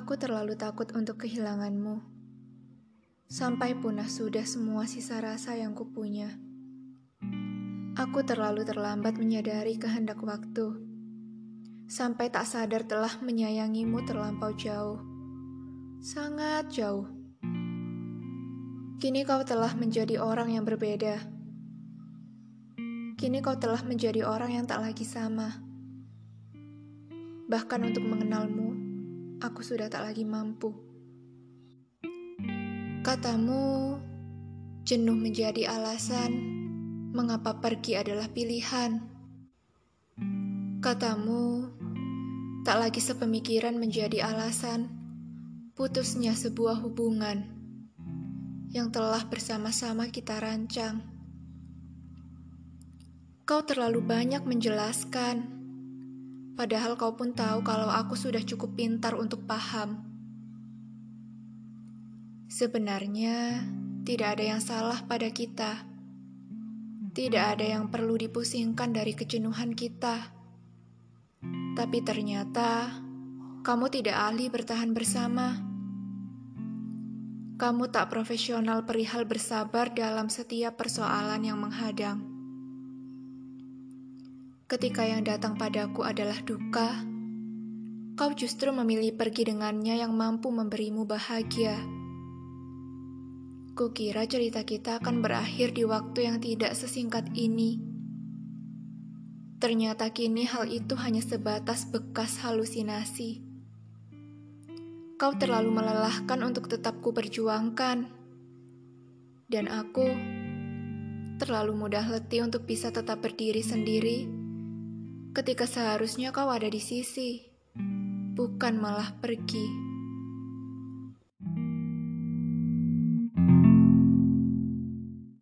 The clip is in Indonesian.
Aku terlalu takut untuk kehilanganmu. Sampai punah sudah semua sisa rasa yang kupunya. Aku terlalu terlambat menyadari kehendak waktu. Sampai tak sadar telah menyayangimu terlampau jauh. Sangat jauh. Kini kau telah menjadi orang yang berbeda. Kini kau telah menjadi orang yang tak lagi sama. Bahkan untuk mengenalmu, aku sudah tak lagi mampu. Katamu, jenuh menjadi alasan mengapa pergi adalah pilihan. Katamu, tak lagi sepemikiran menjadi alasan putusnya sebuah hubungan yang telah bersama-sama kita rancang. Kau terlalu banyak menjelaskan, padahal kau pun tahu kalau aku sudah cukup pintar untuk paham. Sebenarnya, tidak ada yang salah pada kita. Tidak ada yang perlu dipusingkan dari kejenuhan kita. Tapi ternyata, kamu tidak ahli bertahan bersama. Kamu tak profesional perihal bersabar dalam setiap persoalan yang menghadang. Ketika yang datang padaku adalah duka, kau justru memilih pergi dengannya yang mampu memberimu bahagia. Kukira cerita kita akan berakhir di waktu yang tidak sesingkat ini. Ternyata kini hal itu hanya sebatas bekas halusinasi. Kau terlalu melelahkan untuk tetap kuperjuangkan. Dan aku terlalu mudah letih untuk bisa tetap berdiri sendiri ketika seharusnya kau ada di sisi, bukan malah pergi.